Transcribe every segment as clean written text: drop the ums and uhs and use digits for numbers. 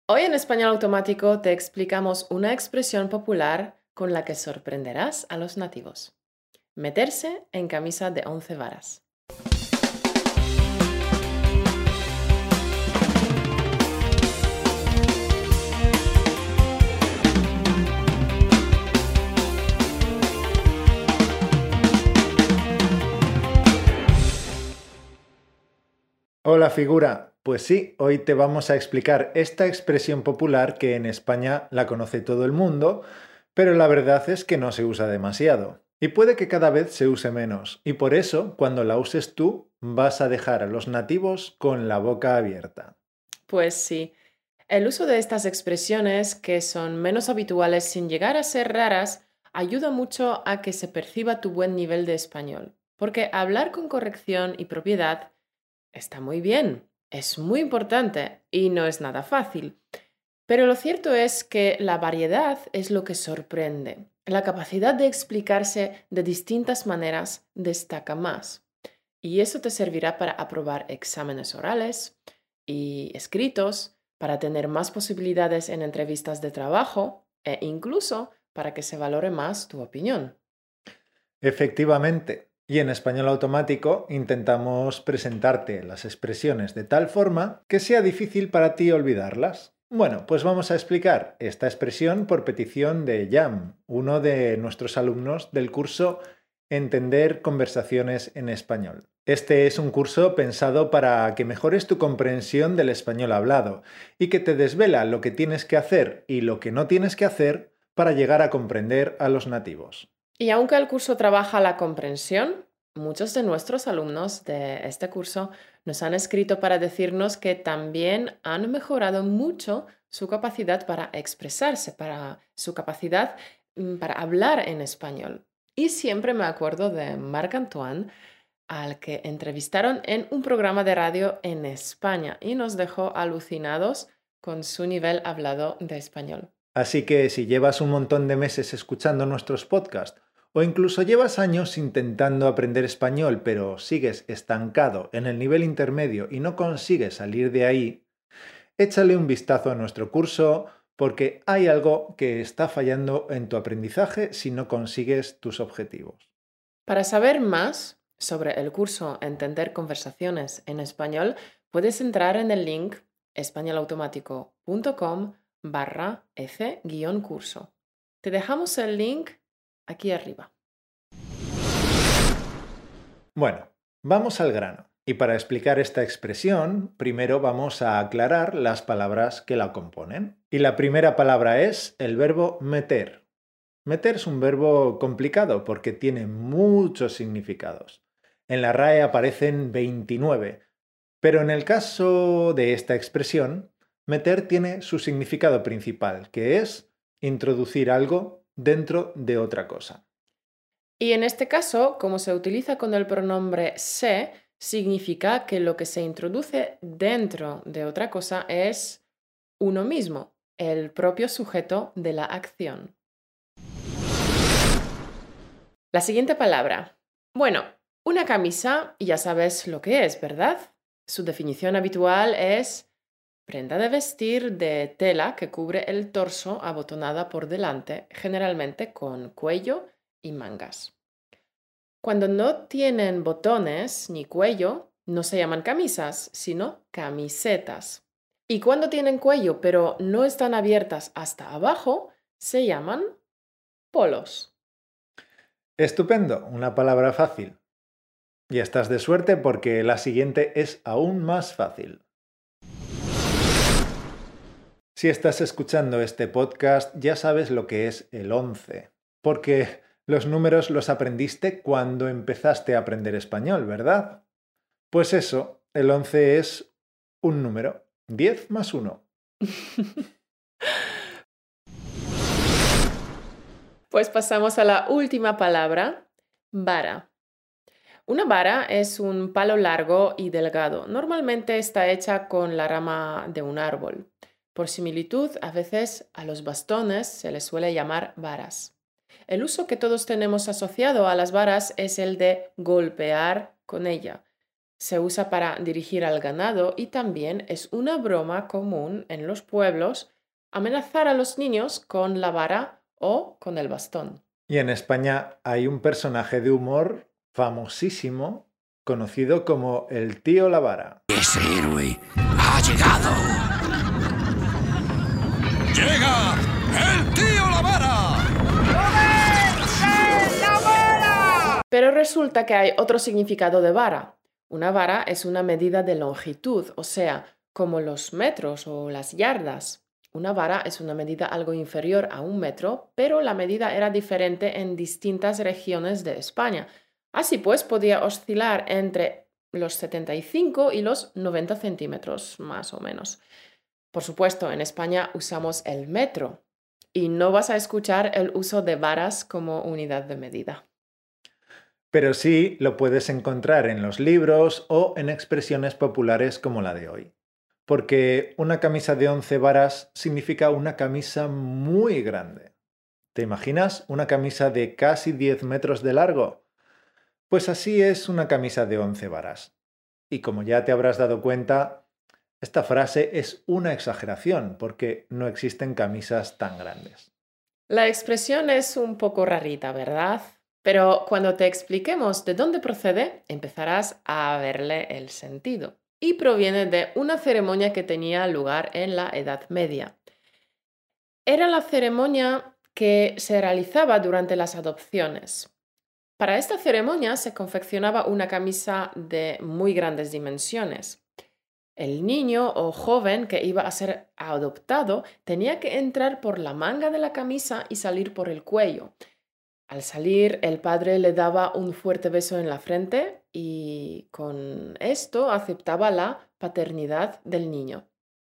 Hoy en Español Automático te explicamos una expresión popular con la que sorprenderás a los nativos. Meterse en camisa de 11 varas. Hola figura, pues sí, hoy te vamos a explicar esta expresión popular que en España la conoce todo el mundo, pero la verdad es que no se usa demasiado. Y puede que cada vez se use menos, y por eso, cuando la uses tú, vas a dejar a los nativos con la boca abierta. Pues sí, el uso de estas expresiones, que son menos habituales sin llegar a ser raras, ayuda mucho a que se perciba tu buen nivel de español. Porque hablar con corrección y propiedad está muy bien, es muy importante y no es nada fácil. Pero lo cierto es que la variedad es lo que sorprende. La capacidad de explicarse de distintas maneras destaca más. Y eso te servirá para aprobar exámenes orales y escritos, para tener más posibilidades en entrevistas de trabajo e incluso para que se valore más tu opinión. Efectivamente, y en español automático intentamos presentarte las expresiones de tal forma que sea difícil para ti olvidarlas. Bueno, pues vamos a explicar esta expresión por petición de Jan, uno de nuestros alumnos del curso Entender conversaciones en español. Este es un curso pensado para que mejores tu comprensión del español hablado y que te desvela lo que tienes que hacer y lo que no tienes que hacer para llegar a comprender a los nativos. Y aunque el curso trabaja la comprensión, muchos de nuestros alumnos de este curso nos han escrito para decirnos que también han mejorado mucho su capacidad para expresarse, para su capacidad para hablar en español. Y siempre me acuerdo de Marc Antoine, al que entrevistaron en un programa de radio en España y nos dejó alucinados con su nivel hablado de español. Así que si llevas un montón de meses escuchando nuestros podcasts o incluso llevas años intentando aprender español pero sigues estancado en el nivel intermedio y no consigues salir de ahí, échale un vistazo a nuestro curso porque hay algo que está fallando en tu aprendizaje si no consigues tus objetivos. Para saber más sobre el curso Entender conversaciones en español, puedes entrar en el link españolautomático.com/f-curso. Te dejamos el link aquí arriba. Bueno, vamos al grano. Y para explicar esta expresión, primero vamos a aclarar las palabras que la componen. Y la primera palabra es el verbo meter. Meter es un verbo complicado porque tiene muchos significados. En la RAE aparecen 29, pero en el caso de esta expresión, meter tiene su significado principal, que es introducir algo dentro de otra cosa. Y en este caso, como se utiliza con el pronombre se, significa que lo que se introduce dentro de otra cosa es uno mismo, el propio sujeto de la acción. La siguiente palabra. Bueno, una camisa ya sabes lo que es, ¿verdad? Su definición habitual es prenda de vestir de tela que cubre el torso abotonada por delante, generalmente con cuello y mangas. Cuando no tienen botones ni cuello, no se llaman camisas, sino camisetas. Y cuando tienen cuello pero no están abiertas hasta abajo, se llaman polos. Estupendo, una palabra fácil. Y estás de suerte porque la siguiente es aún más fácil. Si estás escuchando este podcast, ya sabes lo que es el 11, porque los números los aprendiste cuando empezaste a aprender español, ¿verdad? Pues eso, el 11 es un número, 10 más 1. Pues pasamos a la última palabra, vara. Una vara es un palo largo y delgado. Normalmente está hecha con la rama de un árbol. Por similitud, a veces a los bastones se les suele llamar varas. El uso que todos tenemos asociado a las varas es el de golpear con ella. Se usa para dirigir al ganado y también es una broma común en los pueblos amenazar a los niños con la vara o con el bastón. Y en España hay un personaje de humor famosísimo conocido como el tío La Vara. Ese héroe ha llegado. ¡Llega el tío La Vara! Pero resulta que hay otro significado de vara. Una vara es una medida de longitud, o sea, como los metros o las yardas. Una vara es una medida algo inferior a 1 metro, pero la medida era diferente en distintas regiones de España. Así pues, podía oscilar entre los 75 y los 90 centímetros, más o menos. Por supuesto, en España usamos el metro y no vas a escuchar el uso de varas como unidad de medida. Pero sí lo puedes encontrar en los libros o en expresiones populares como la de hoy. Porque una camisa de 11 varas significa una camisa muy grande. ¿Te imaginas una camisa de casi 10 metros de largo? Pues así es una camisa de 11 varas. Y como ya te habrás dado cuenta, esta frase es una exageración porque no existen camisas tan grandes. La expresión es un poco rarita, ¿verdad? Pero cuando te expliquemos de dónde procede, empezarás a verle el sentido. Y proviene de una ceremonia que tenía lugar en la Edad Media. Era la ceremonia que se realizaba durante las adopciones. Para esta ceremonia se confeccionaba una camisa de muy grandes dimensiones. El niño o joven que iba a ser adoptado tenía que entrar por la manga de la camisa y salir por el cuello. Al salir, el padre le daba un fuerte beso en la frente y con esto aceptaba la paternidad del niño.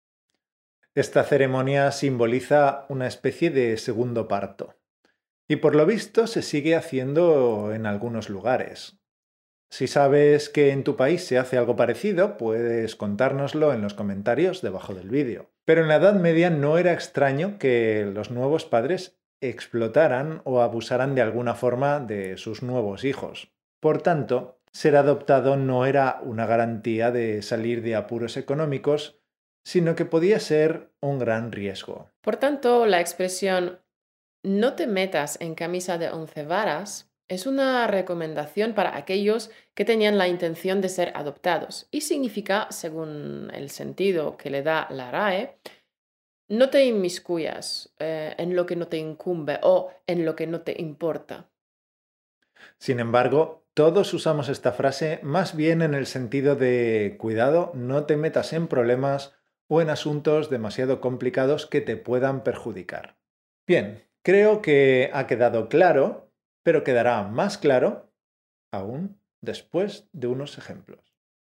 Esta ceremonia simboliza una especie de segundo parto. Y por lo visto se sigue haciendo en algunos lugares. Si sabes que en tu país se hace algo parecido, puedes contárnoslo en los comentarios debajo del vídeo. Pero en la Edad Media no era extraño que los nuevos padres explotaran o abusaran de alguna forma de sus nuevos hijos. Por tanto, ser adoptado no era una garantía de salir de apuros económicos, sino que podía ser un gran riesgo. Por tanto, la expresión "no te metas en camisa de 11 varas" es una recomendación para aquellos que tenían la intención de ser adoptados y significa, según el sentido que le da la RAE, no te inmiscuyas en lo que no te incumbe o en lo que no te importa. Sin embargo, todos usamos esta frase más bien en el sentido de cuidado, no te metas en problemas o en asuntos demasiado complicados que te puedan perjudicar. Bien, creo que ha quedado claro, pero quedará más claro aún después de unos ejemplos.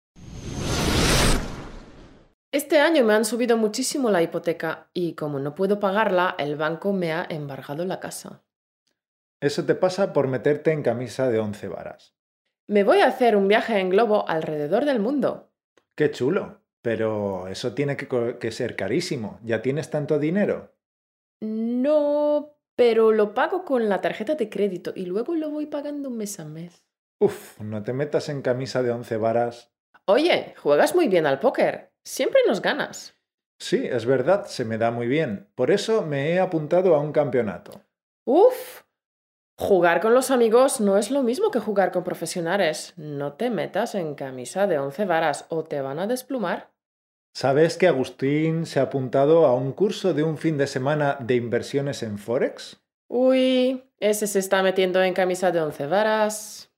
Este año me han subido muchísimo la hipoteca y como no puedo pagarla, el banco me ha embargado la casa. Eso te pasa por meterte en camisa de 11 varas. Me voy a hacer un viaje en globo alrededor del mundo. ¡Qué chulo! Pero eso tiene que ser carísimo. ¿Ya tienes tanto dinero? No, pero lo pago con la tarjeta de crédito y luego lo voy pagando mes a mes. Uf, no te metas en camisa de 11 varas. Oye, juegas muy bien al póker. Siempre nos ganas. Sí, es verdad, se me da muy bien. Por eso me he apuntado a un campeonato. ¡Uf! Jugar con los amigos no es lo mismo que jugar con profesionales. No te metas en camisa de 11 varas o te van a desplumar. ¿Sabes que Agustín se ha apuntado a un curso de un fin de semana de inversiones en Forex? Uy, ese se está metiendo en camisa de 11 varas.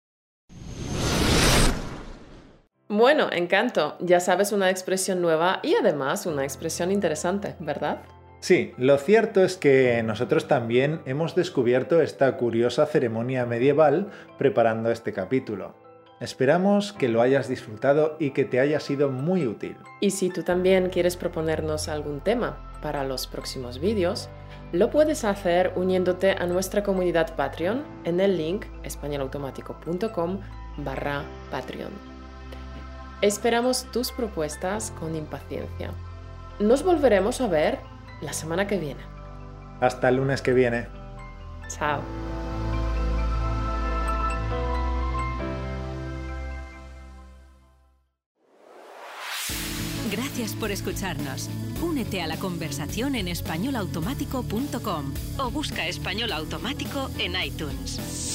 Bueno, encanto. Ya sabes una expresión nueva y además una expresión interesante, ¿verdad? Sí, lo cierto es que nosotros también hemos descubierto esta curiosa ceremonia medieval preparando este capítulo. Esperamos que lo hayas disfrutado y que te haya sido muy útil. Y si tú también quieres proponernos algún tema para los próximos vídeos, lo puedes hacer uniéndote a nuestra comunidad Patreon en el link españolautomático.com/Patreon. Esperamos tus propuestas con impaciencia. Nos volveremos a ver la semana que viene. Hasta el lunes que viene. Chao. Gracias por escucharnos. Únete a la conversación en españolautomático.com o busca Español Automático en iTunes.